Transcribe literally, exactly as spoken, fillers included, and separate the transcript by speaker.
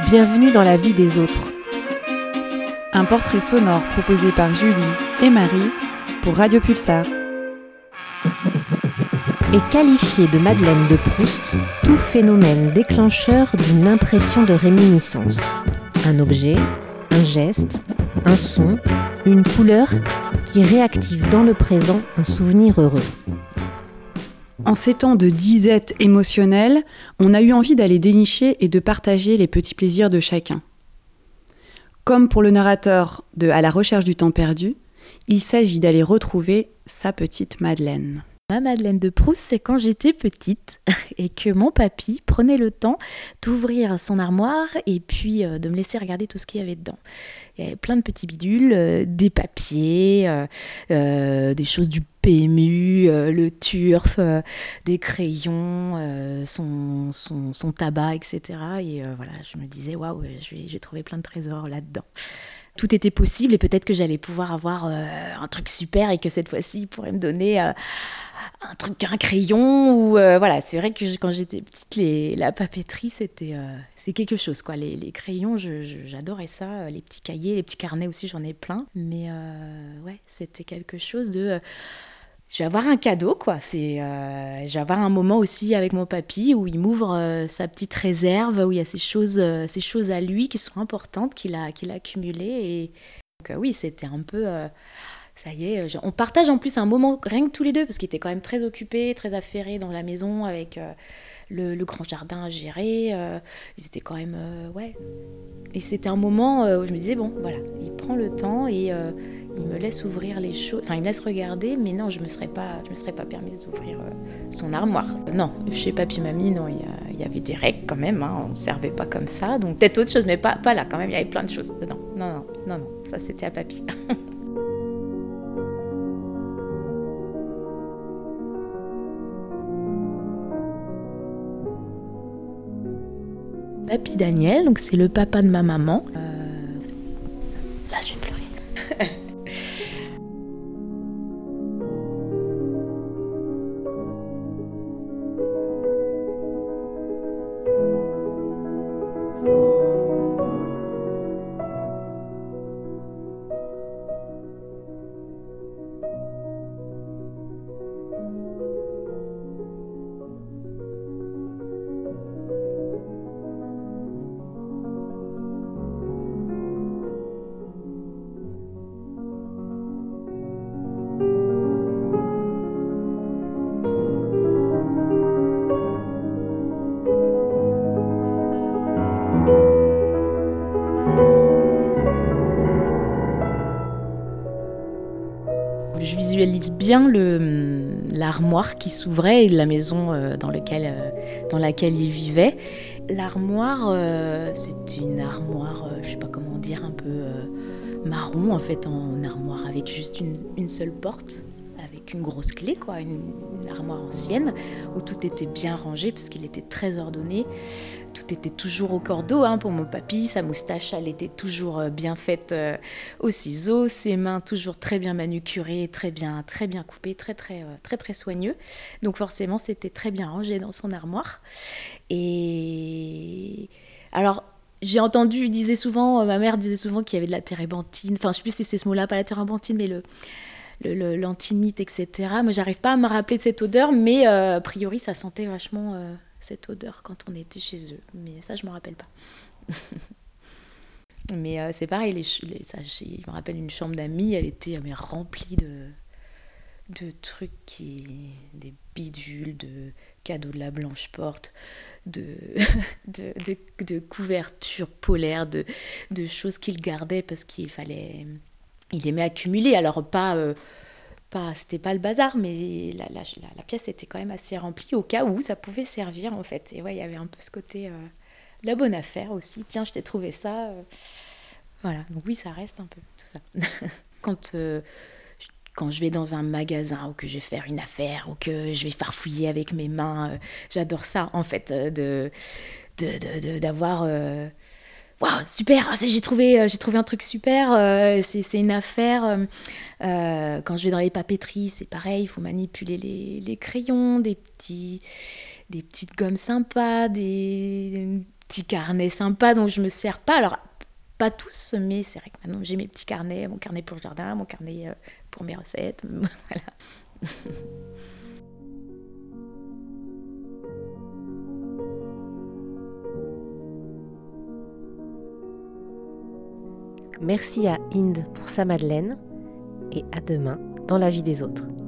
Speaker 1: Bienvenue dans la vie des autres. Un portrait sonore proposé par Julie et Marie pour Radio Pulsar. Est qualifié de Madeleine de Proust tout phénomène déclencheur d'une impression de réminiscence. Un objet, un geste, un son, une couleur qui réactive dans le présent un souvenir heureux.
Speaker 2: En ces temps de disette émotionnelle, on a eu envie d'aller dénicher et de partager les petits plaisirs de chacun. Comme pour le narrateur de À la recherche du temps perdu, il s'agit d'aller retrouver sa petite Madeleine.
Speaker 3: Ma Madeleine de Proust, c'est quand j'étais petite et que mon papy prenait le temps d'ouvrir son armoire et puis euh, de me laisser regarder tout ce qu'il y avait dedans. Il y avait plein de petits bidules, euh, des papiers, euh, euh, des choses du P M U, euh, le turf, euh, des crayons, euh, son, son, son tabac, et cetera. Et euh, voilà, je me disais, waouh, je vais, je vais trouver plein de trésors là-dedans. Tout était possible et peut-être que j'allais pouvoir avoir euh, un truc super et que cette fois-ci, il pourrait me donner euh, un truc, un crayon. Ou euh, voilà, c'est vrai que je, quand j'étais petite, les, la papeterie, c'était euh, c'est quelque chose, quoi. Les, les crayons, je, je, j'adorais ça. Les petits cahiers, les petits carnets aussi, j'en ai plein. Mais euh, ouais, c'était quelque chose de... Euh, je vais avoir un cadeau, quoi. C'est, euh, je vais avoir un moment aussi avec mon papy où il m'ouvre euh, sa petite réserve, où il y a ces choses, euh, ces choses à lui qui sont importantes, qu'il a, qu'il a accumulées. Et donc, euh, oui, c'était un peu... Euh, ça y est, on partage en plus un moment, rien que tous les deux, parce qu'il était quand même très occupé, très affairé dans la maison, avec euh, le, le grand jardin à gérer. Euh, ils étaient quand même... Euh, ouais. Et c'était un moment euh, où je me disais, bon, voilà, il prend le temps et... Euh, il me laisse ouvrir les choses, enfin il me laisse regarder, mais non, je me serais pas, je me serais pas permise d'ouvrir euh, son armoire. Non, chez papy mamie, non, il y, y avait des règles quand même, hein, on ne servait pas comme ça, donc peut-être autre chose, mais pas, pas là quand même, il y avait plein de choses dedans. Non, non, non, non, ça c'était à papy. Papy Daniel, donc c'est le papa de ma maman. Euh... Là, je vais pleurer. Je visualise bien le, l'armoire qui s'ouvrait et la maison euh, dans, lequel, euh, dans laquelle il vivait. L'armoire, euh, c'était une armoire, euh, je ne sais pas comment dire, un peu euh, marron en fait, en armoire avec juste une, une seule porte, avec une grosse clé, quoi, une, une armoire ancienne où tout était bien rangé parce qu'il était très ordonné. Tout était toujours au cordeau hein, pour mon papy, sa moustache elle était toujours bien faite euh, au ciseau, ses mains toujours très bien manucurées, très bien, très bien coupées, très très, euh, très très soigneux. Donc forcément c'était très bien rangé dans son armoire. Et alors j'ai entendu, disait souvent, ma mère disait souvent qu'il y avait de la térébenthine, enfin je sais plus si c'est ce mot-là, pas la térébenthine, mais le... Le, le, l'antimite, et cetera. Moi, j'arrive pas à me rappeler de cette odeur, mais euh, a priori, ça sentait vachement euh, cette odeur quand on était chez eux. Mais ça, je me rappelle pas. mais euh, c'est pareil, les, les, ça, je me rappelle une chambre d'amis, elle était mais, remplie de, de trucs, qui, des bidules, de cadeaux de la Blanche Porte, de, de, de, de couvertures polaires, de, de choses qu'il gardait parce qu'il fallait... Il aimait accumuler, alors pas, euh, pas, c'était pas le bazar, mais la, la, la, la pièce était quand même assez remplie au cas où ça pouvait servir en fait. Et ouais, il y avait un peu ce côté euh, la bonne affaire aussi. Tiens, je t'ai trouvé ça. Euh, voilà, donc oui, ça reste un peu tout ça. quand, euh, quand je vais dans un magasin ou que je vais faire une affaire ou que je vais farfouiller avec mes mains, euh, j'adore ça en fait, euh, de, de, de, de, d'avoir... Euh, waouh, super, j'ai trouvé, j'ai trouvé un truc super, euh, c'est, c'est une affaire. Euh, quand je vais dans les papeteries, c'est pareil, il faut manipuler les, les crayons, des, petits, des petites gommes sympas, des, petit carnet sympa dont je me sers pas. Alors, pas tous, mais c'est vrai que maintenant j'ai mes petits carnets, mon carnet pour le jardin, mon carnet euh, pour mes recettes. Voilà.
Speaker 1: Merci à Inde pour sa madeleine et à demain dans la vie des autres.